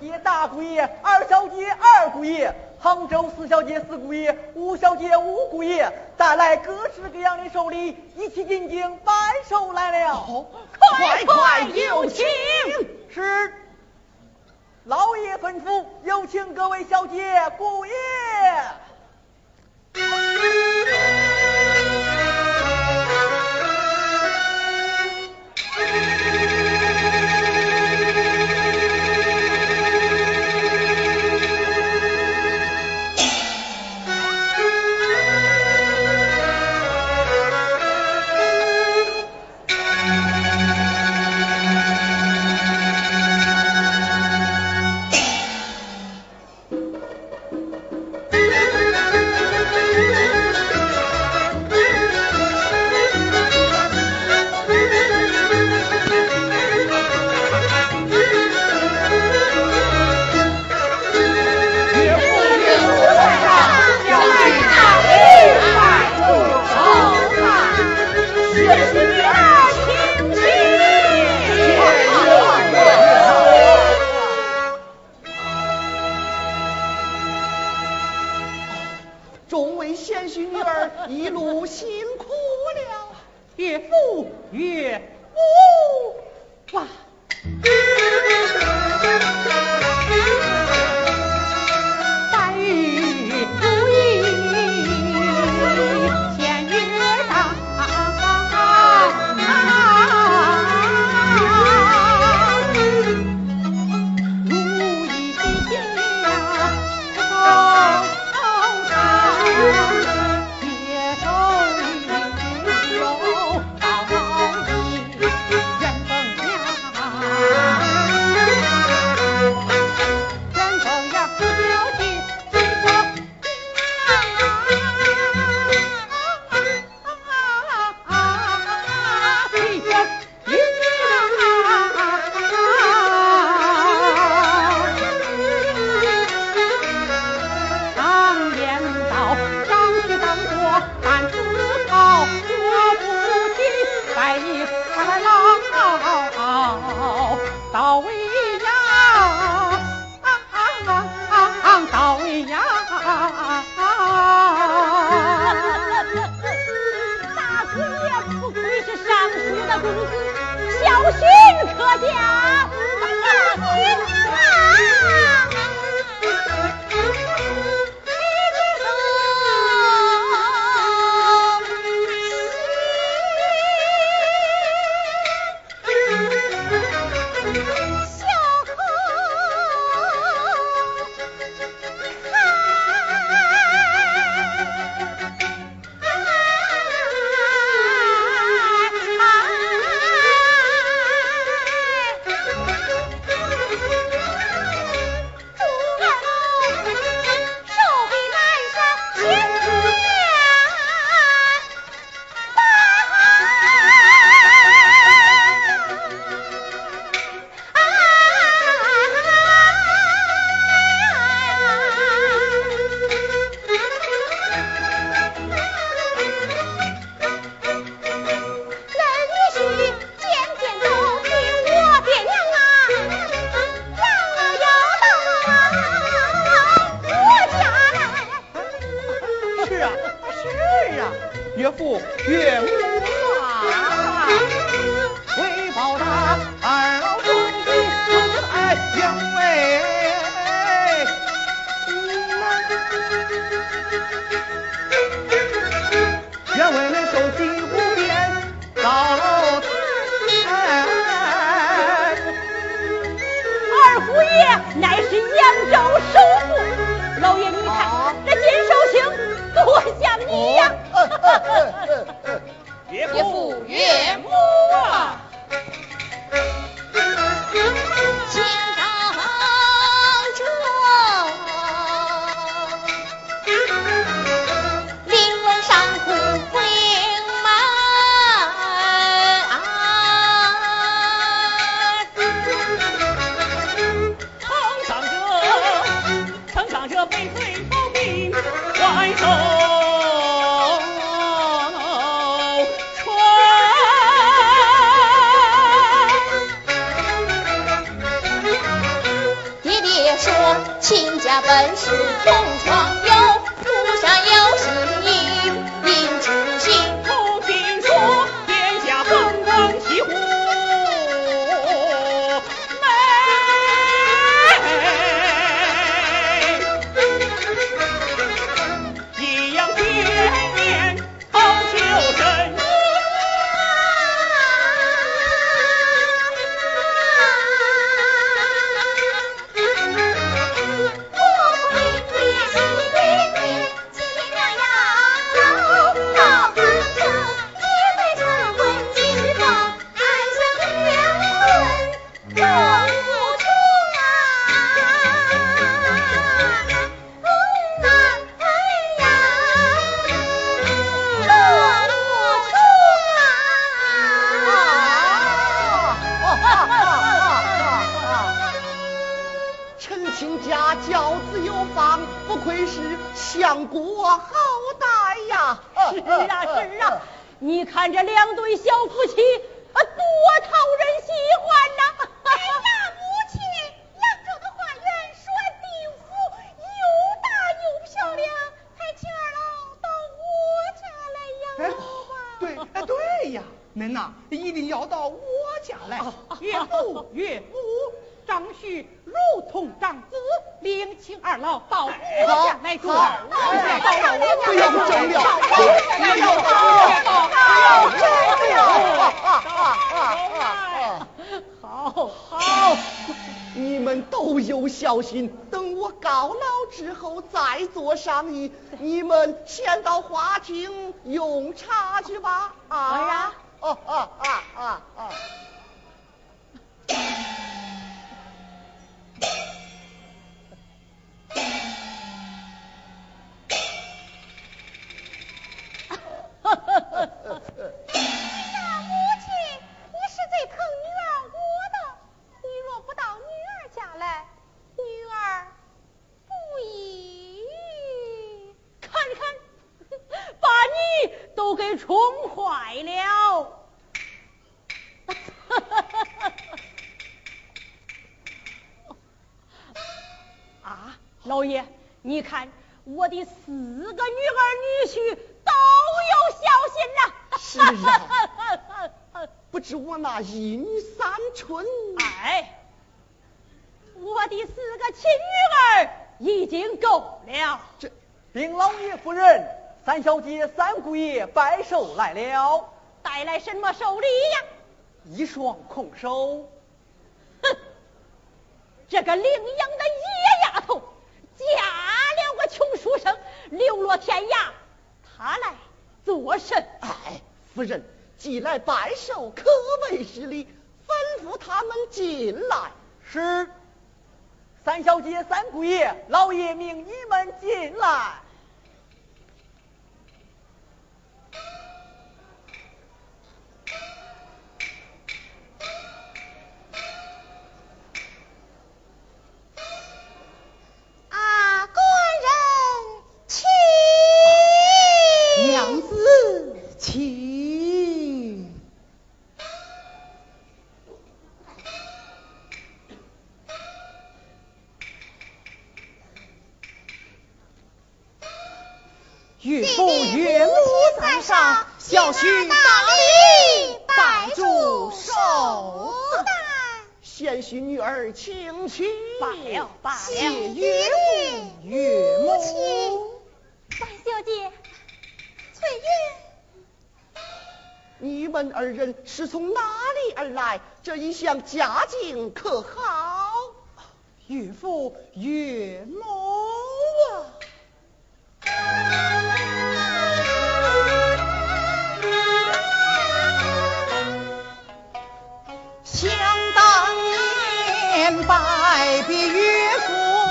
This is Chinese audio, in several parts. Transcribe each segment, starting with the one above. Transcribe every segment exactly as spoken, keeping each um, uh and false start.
姐大姑爷，二小姐二姑爷，杭州四小姐四姑爷，五小姐五姑爷，带来各式各样的寿礼，一起进京拜寿来了。 快快有请。 是。老爷吩咐，有请各位小姐姑爷。 背水投兵，快走！ 是同窗友，不想有心意，应知心。 偷听说天下风光西湖美，一样千年好秋生。 相国好歹呀！ 是啊是啊，你看这两对小夫妻啊，多讨人喜欢呐！ 哎呀，母亲，扬州的花园栓地府又大又漂亮，还请二老到我家来养老吧。 对，哎对呀，恁呐一定要到我家来。 岳父岳母长婿如同长子，另请二老到我家来住。 不要争了， 不要好好，你们都有孝心，等我高老之后再做商议。你们先到花厅用茶去吧。啊呀，啊啊啊啊啊！ 哎呀，母亲，你是最疼女儿我的，你若不到女儿家来，女儿不依。 看看，把你都给宠坏了。啊，老爷，你看我的四个女儿女婿都有孝心呐。 是啊，不知我那一女三春。 哎，我的四个亲女儿已经够了。 这禀老爷夫人，三小姐三姑爷拜寿来了。 带来什么寿礼呀？ 一双空手。 哼，这个领养的野丫头，嫁了个穷书生，流落天涯，她来做甚？ 哎，夫人既来拜寿，可谓是礼，吩咐他们进来。 是。三小姐三姑爷，老爷命你们进来。 啊，官人请。 娘子请。 岳父岳母在上，小婿大礼拜祝寿诞。 贤婿女儿请去。 罢了罢了， 谢岳父岳母。 三小姐，翠云， 你们二人是从哪里而来？这一向家境可好？ 岳父岳母啊。想当年拜别岳父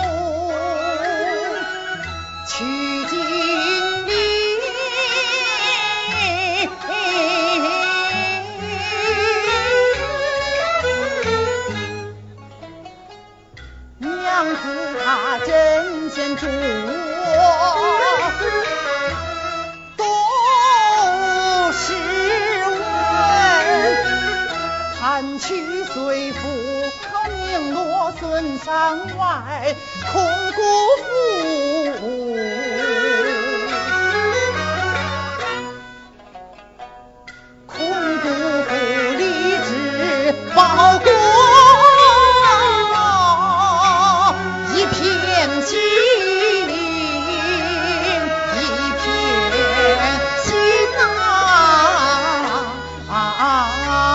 去京里，娘子她真门山外空辜负，空辜负立志报国一片心，一片心呐、啊！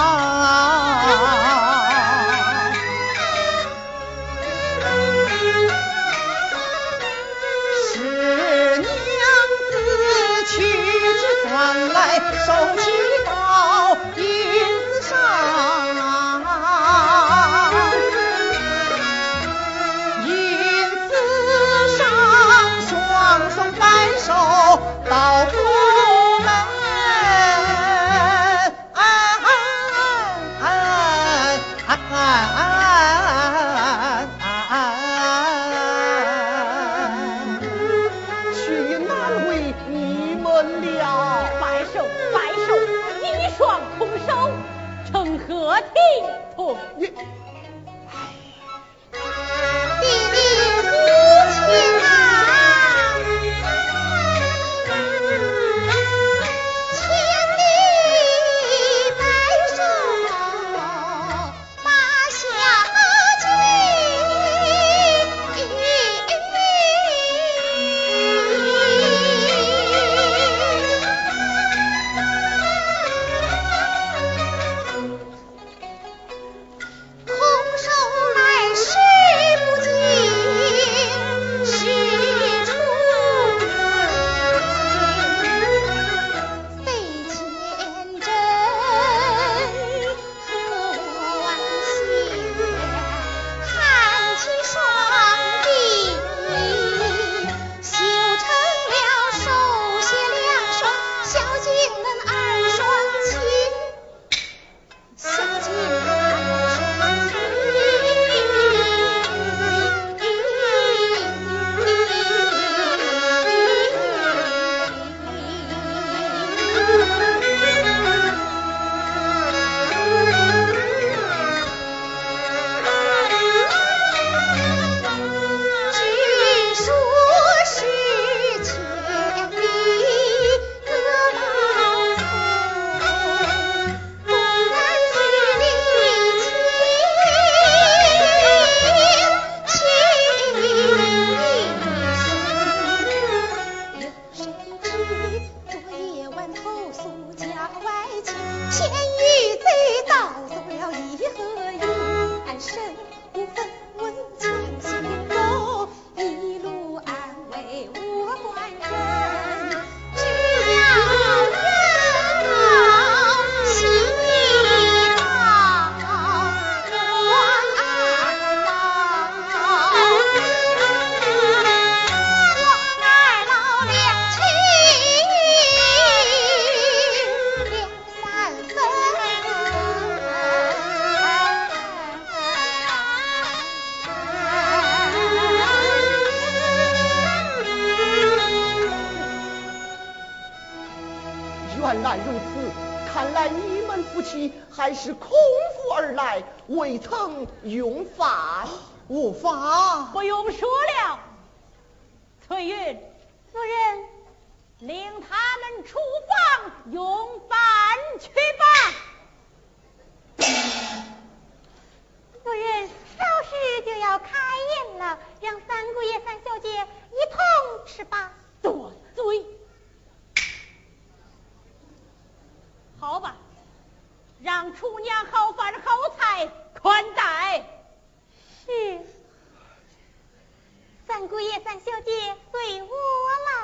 是娘子去至船来，手起刀银子上，银子上双双摆手到府门。去难为你们了， 摆手摆手，一双同手，成何体统？ 你弟弟母亲啊，千里白首把下空手来时不惊事出，费千针何险，看起双臂修成了手写两双，小径人二双亲，小径二双亲。据说是千里隔毛丛，公然距离情，情有谁知昨夜晚投宿家外情，天与贼盗走了一合影，安身无分文强行走，一路安慰我官人，只要人好心到我二老，我二老两情两三分。 原来如此，看来你们夫妻还是空腹而来，未曾用饭。 无法。 不用说了，翠云夫人，领他们出房用饭去吧。 夫人，稍时就要开宴了，让三姑爷、三小姐一同吃吧。 多嘴。好吧，让厨娘好饭好菜款待。 是。三姑爷、三小姐，随我来。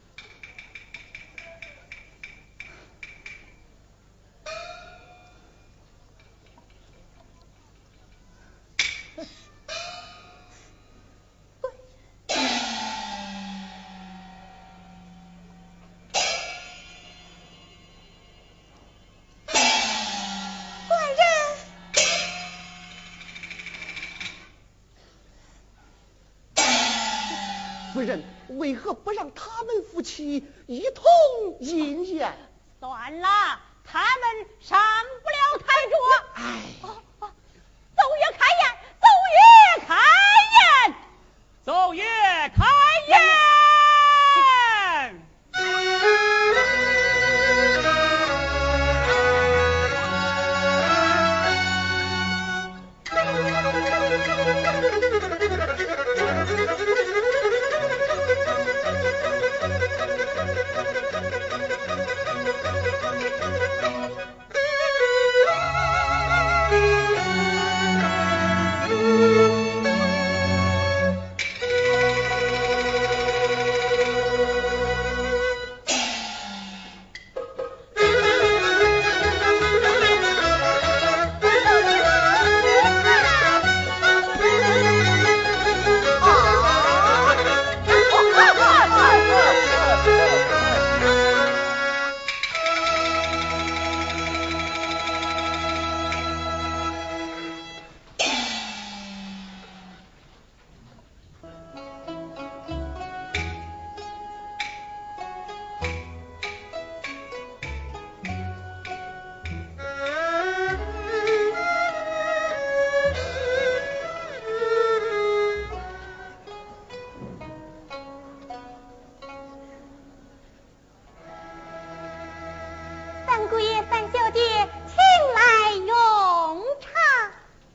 夫人为何不让他们夫妻一同饮宴？ 算了，他们上不了台桌。 哎， 哦哦，奏乐开宴，奏乐开。 三姑爷、三小姐，请来用茶。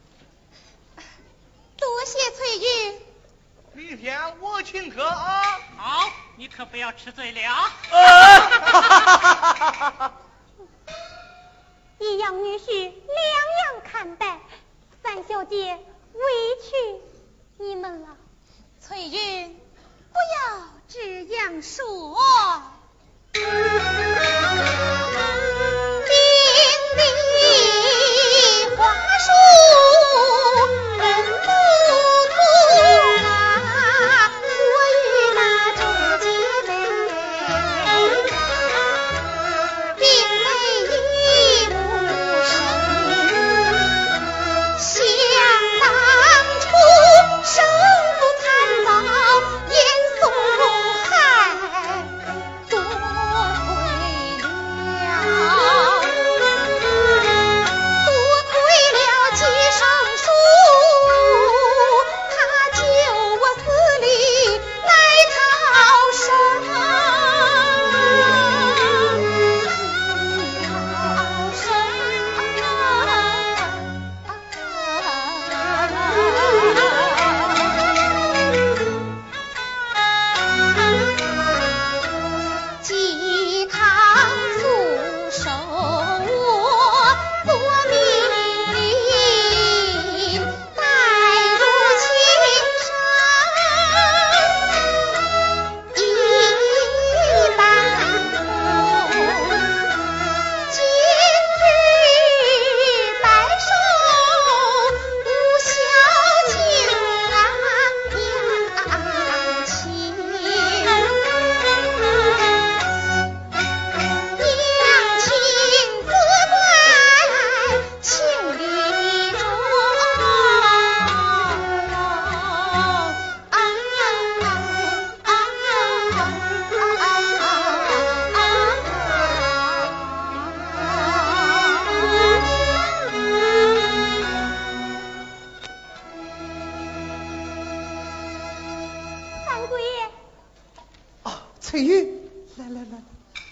多谢翠玉。 明天我请客啊！ 好，你可不要吃醉了。 一样女婿两样看待，三小姐委屈你们了。 翠玉，不要这样说。林里花树人不同啊，我与那众姐妹并没一无生，想当初生父惨遭严嵩害，多亏了多亏了寄生术，他救我死里来逃生，鸡汤素手我做命令，带入青山一般空，今日白首无孝敬啊娘亲。娘亲责怪情理中， 三姑爷， 啊，翠玉，来来来，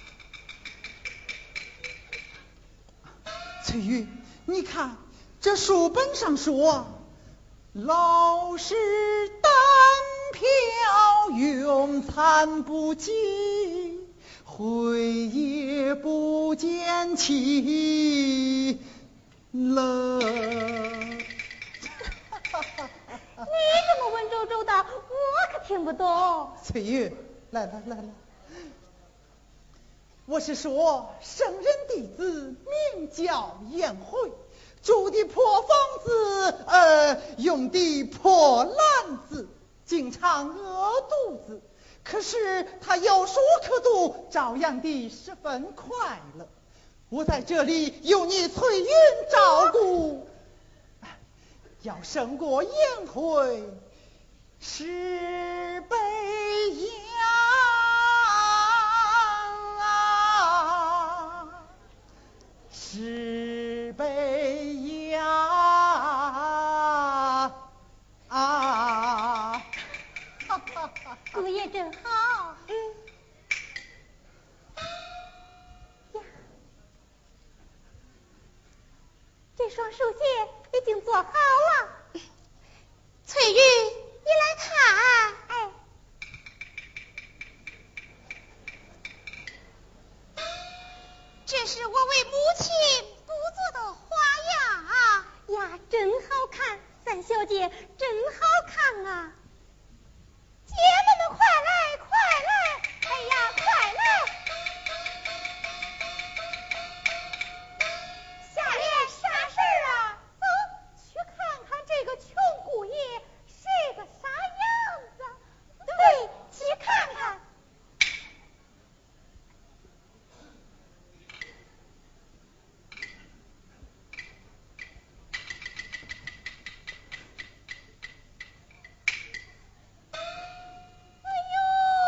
翠玉，你看这书本上说，老是单瓢用餐不济，回也不见其乐。 你这么文绉绉的，我可听不懂。 翠玉，来来来来，我是说圣人弟子名叫颜回，住的破房子，呃，用的破篮子，经常饿肚子，可是他有书可读，照样的十分快乐。我在这里有你翠云照顾，要胜过颜回十倍呀，十倍呀啊！ 姑爷真好。呀，这双书鞋已经做好了。 翠玉，你来看。 哎， 这是我为母亲补做的花样呀，真好看，三小姐真好看啊！ 姐妹们快来快来，哎呀快来！下联啥事儿啊？走去看看这个穷姑爷是个啥样子。对，去看看。哎呦！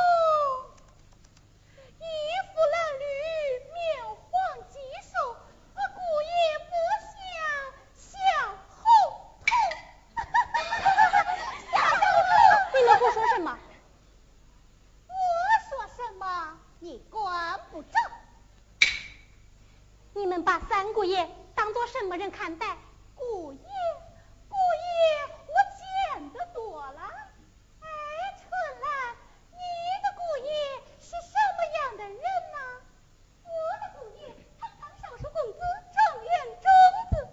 们把三姑爷当作什么人看待？ 姑爷，姑爷，我见得多了。哎，春兰，你的姑爷是什么样的人呢？我的姑爷堂堂少叔公子，状元种子。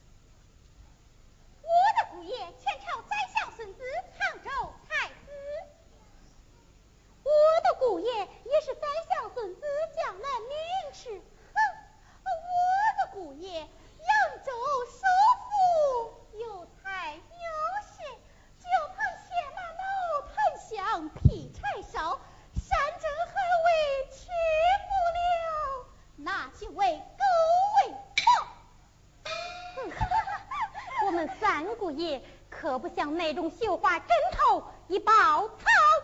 我的姑爷前朝宰相孙子，杭州太子。我的姑爷也是宰相孙子，江南名士。哼，我的姑爷扬州首富，有才有势，就凭牵马脑，弹响劈柴烧，山珍海味吃不了，那就为狗为报。 我们三姑爷可不像那种绣花针头一包草。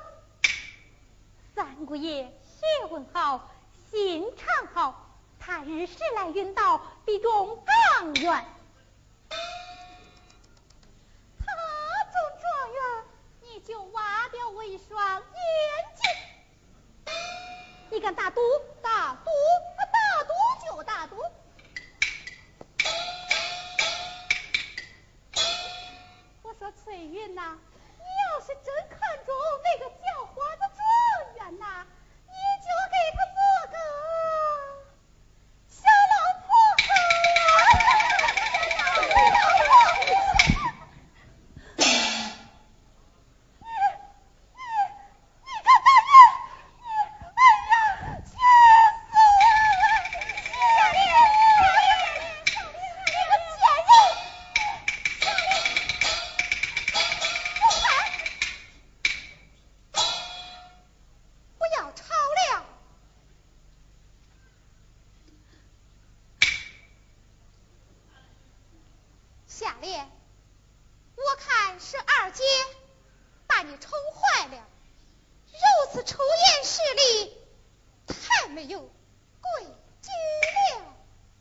三姑爷学问好，心肠好，他日时来运到，必中状元。 他中状元，你就挖掉我一双眼睛。 你敢打赌？ 打赌，打赌就打赌。我说翠云呐、你要是真看中那个叫花的状元呐、你就给他做个小老婆你你你个大人，你哎呀，气死我了！小莲，小莲，你个贱人！小莲。不要吵了！下联，我看是二姐把你宠坏了，如此出言失礼，太没有规矩了。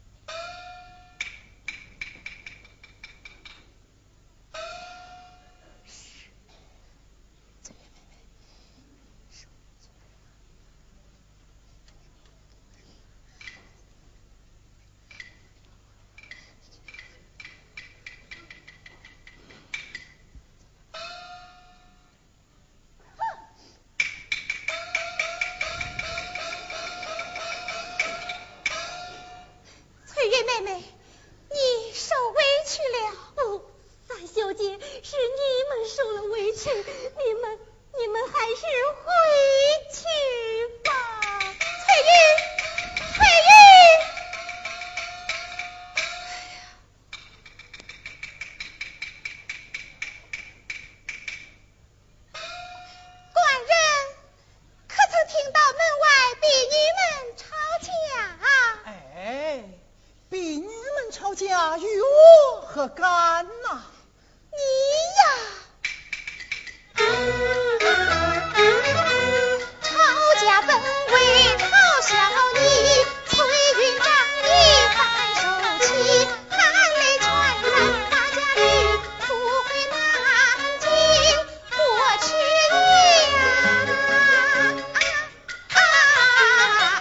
翠云妹妹，你受委屈了。 哦，三小姐，是你们受了委屈，你们你们还是回去吧。 翠云，翠云。官人，可曾听到门外婢女们吵架？ 哎，婢女们吵架与我何干呐？ 你呀，吵架本为嘲笑你，翠云让你反受气，含泪传染大家里，速回南京过吃盐。啊啊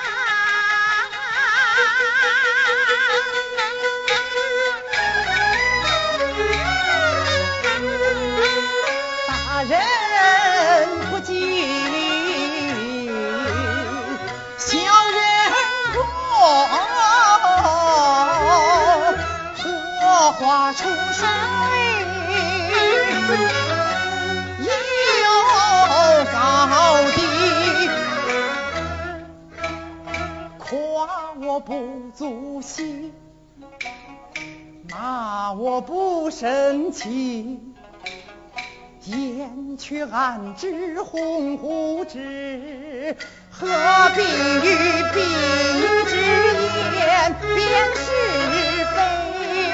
大人不吉利，小人过，荷花出水有高低，夸我不足惜，骂我不生气，言却暗指鸿鹄之，何必与婢女之言辨是非？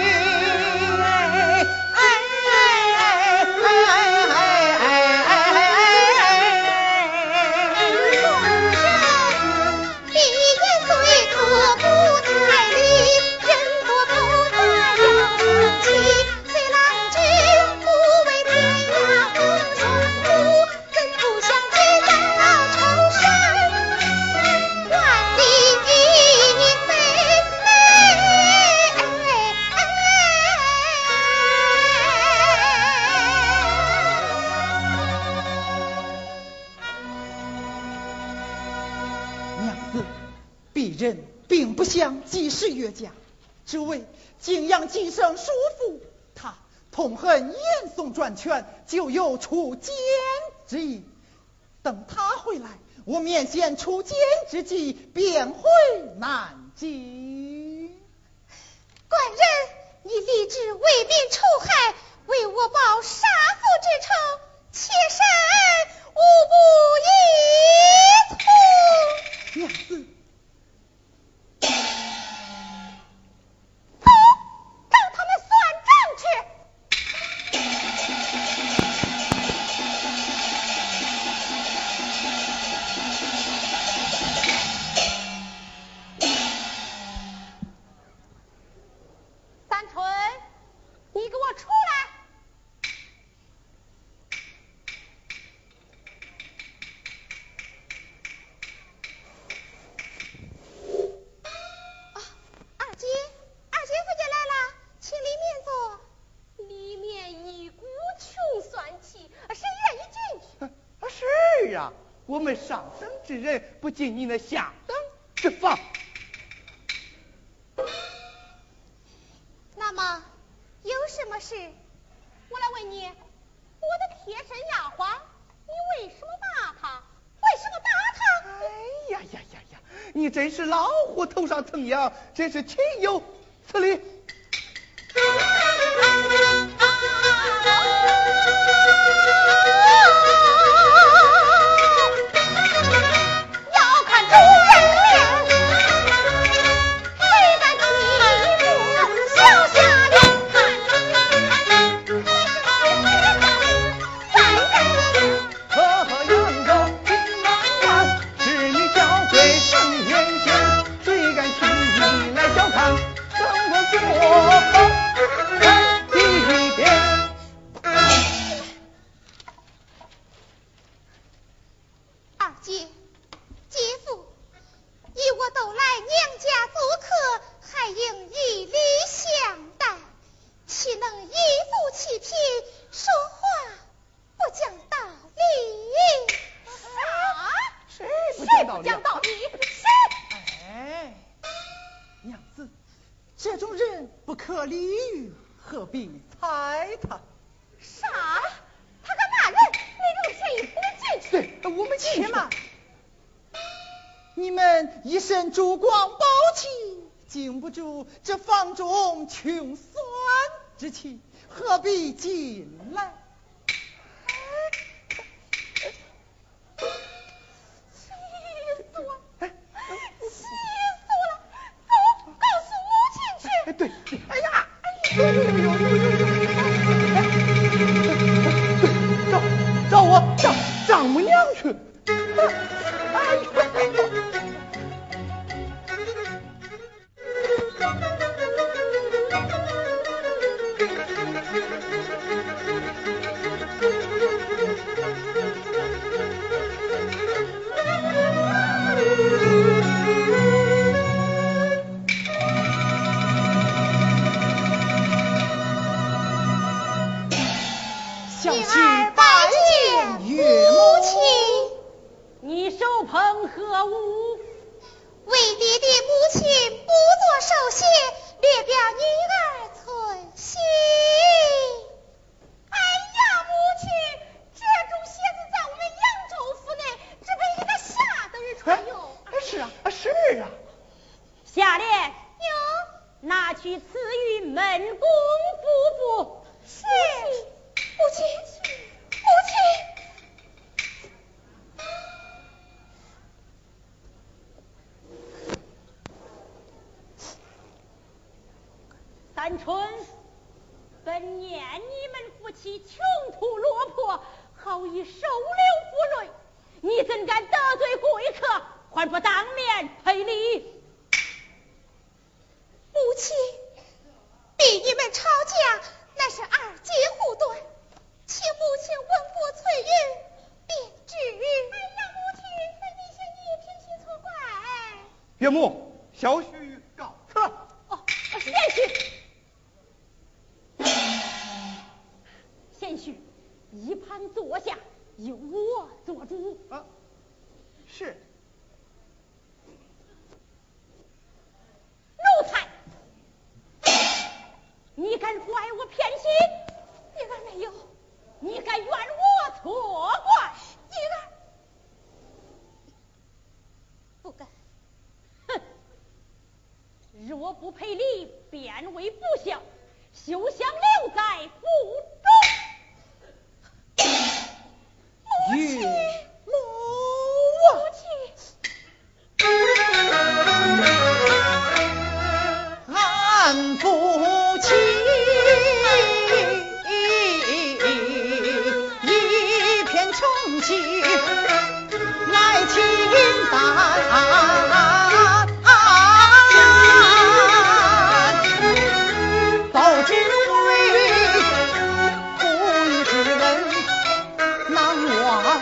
闭眼虽可不太理，人多口杂要分歧。虽郎君不为天涯共春途，怎不想结交成山？万里飞将既是岳家，只为敬仰今生叔父，他痛恨严嵩专权，就有出监之意。等他回来，我面见出监之际，便回南京。 官人，你立志为民除害，为我报杀父之仇，妾身无不依从。 娘子， 走，找他们算账去。 三春，你给我出来！ 啊，二姐，二姐夫家来了，请里面坐。 里面一股穷酸气，谁愿意进去？ 啊，是啊，我们上等之人不进你那下等之房。 那么有什么事？ 我来问你，我的贴身丫鬟，你为什么骂她？为什么打她？ 哎呀呀呀呀！你真是老虎头上蹭羊，真是岂有此理！ 要看主人脸，谁敢欺负小下人？三人呵呵扬州金王冠，是你小鬼生眼前，谁敢轻易来小看？等我做好看第一遍。 二姐、姐夫，以我都来娘家做客，还应以礼相待，岂能以父欺贫，说话不讲道理？ 啥？ 谁不谁讲道理？ 不讲道理？谁？ 哎，娘子，这种人不可理喻，何必猜他？ 啥？他敢骂人？你留下一不能进去。 对，我们且慢，你们一身珠光宝气，经不住这房中穷酸之气，何必进来？ 气死我！ 哎， 气死我了！走，告诉母亲去。 哎对，哎呀，哎呦呦呦呦呦呦！找找我找丈母娘去。哎呦！ 想去女儿拜见见岳母母。 亲。 你手捧何物？ 为爹爹母亲不做手写，略表女儿存心。哎呀，母亲，这种鞋子在我们扬州府内只被一个下等人穿哟。 哎是啊，是啊。 下联哟， 拿去赐予门公夫妇。 是母亲，母亲。 三春，本念你们夫妻穷途落魄，好以收留妇瑞，你怎敢得罪贵客，还不当面赔礼？ 母亲，婢女们吵架，乃是二姐护短，请母亲温过翠玉，便知。哎呀，母亲，非你嫌你品行错怪。 岳母，小婿告辞。 哦，贤婿，贤婿，一旁坐下，由我做主。 啊，是。 然怪我偏心， 女儿没有， 你该怨我错怪。 女儿不敢。 哼，若不赔礼，便为不孝，休想留在府中。 岳母啊，俺夫妻一片诚情来倾担。早知会不义之人难忘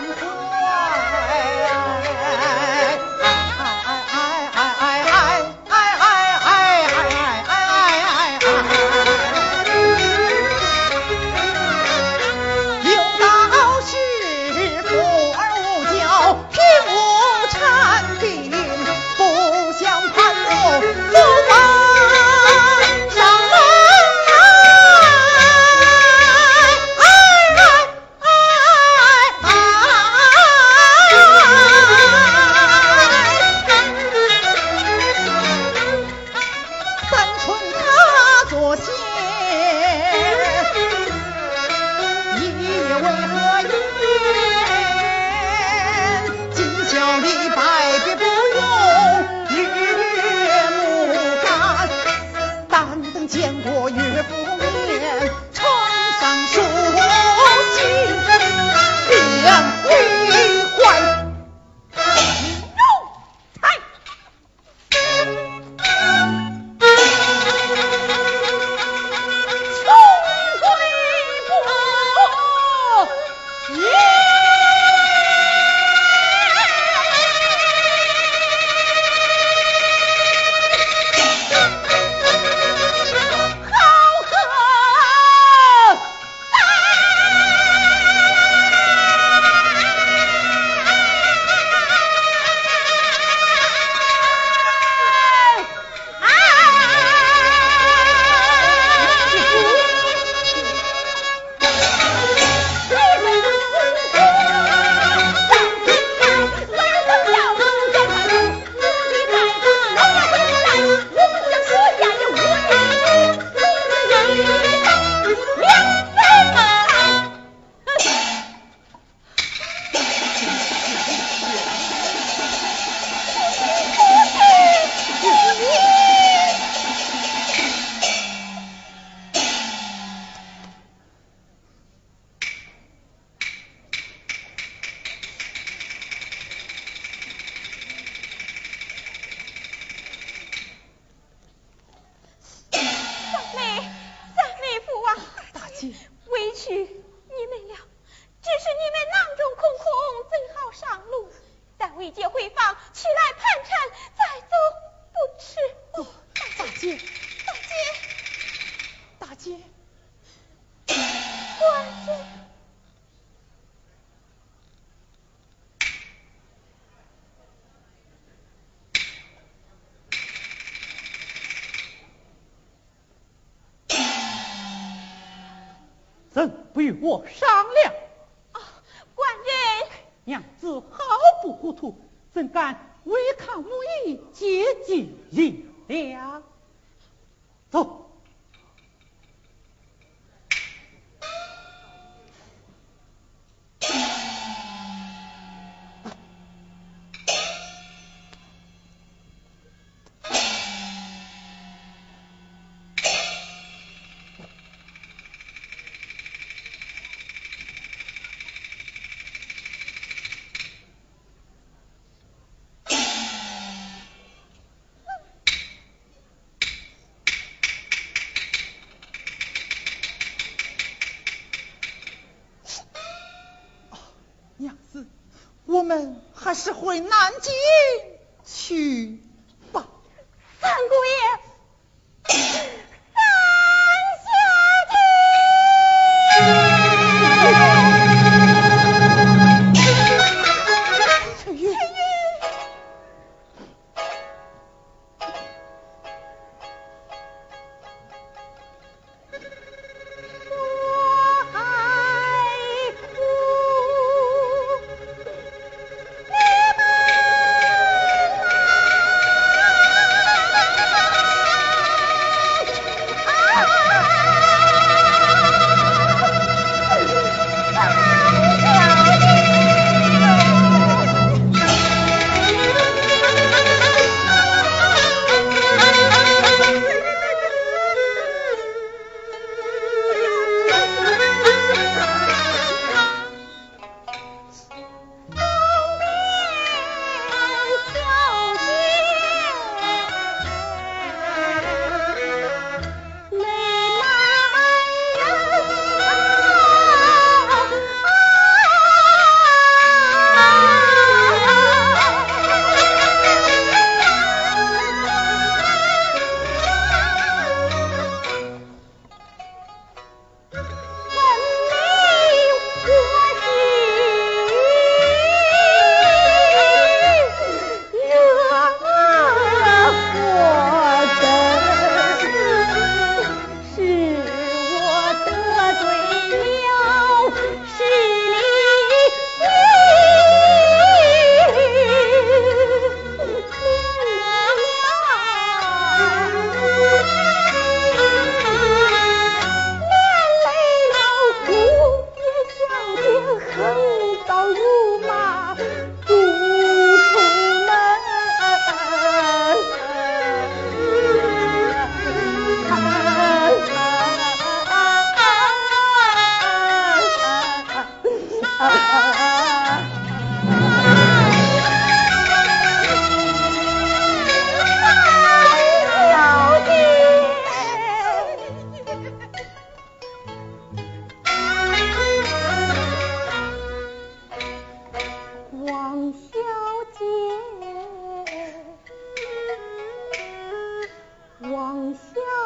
怎不与我商量？ 啊，官人， 娘子毫不糊涂，怎敢违抗母意，接近领了？走。 我们还是回南京去吧。 三姑爷，三下去。翠玉，翠玉。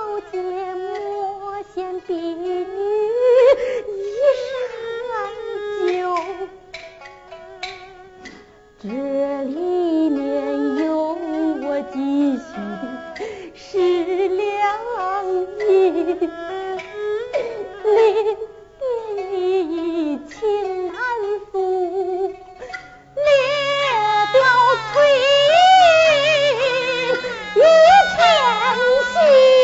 见魔仙婢女一上酒，这里面有我几许是良医，临别一情难诉，列表翠云一片心。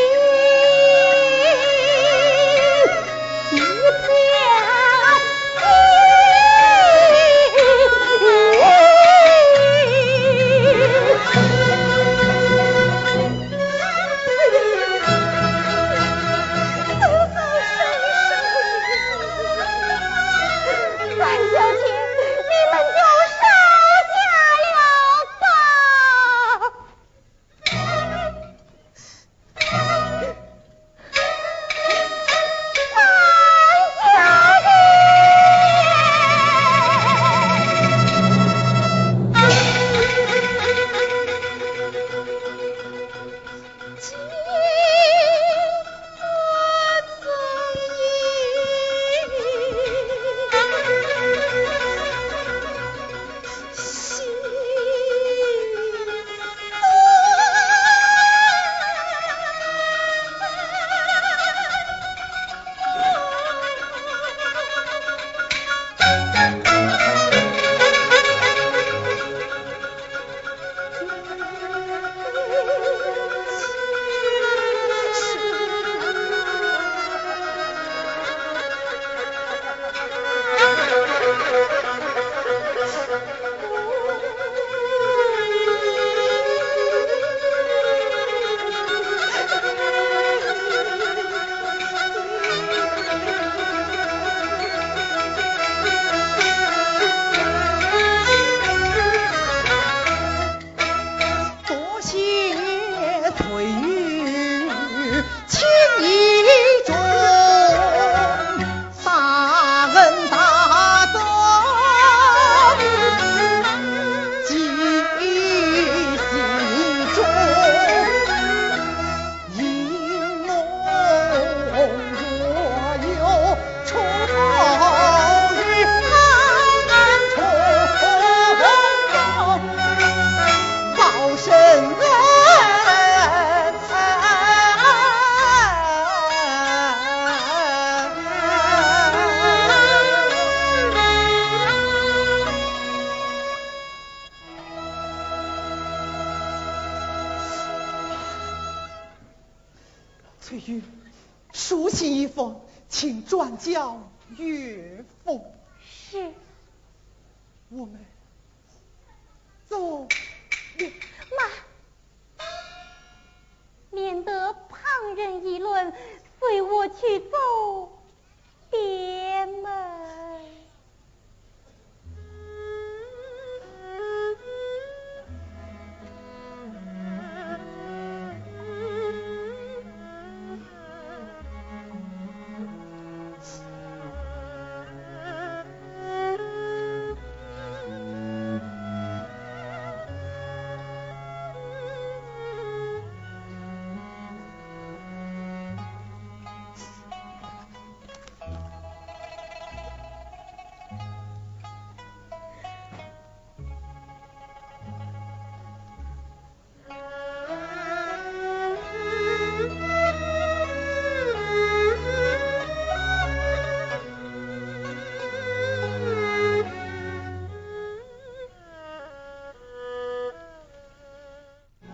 翠玉，书信一封，请转交岳父。 是。 我们走。 妈，免得旁人议论，随我去走别门。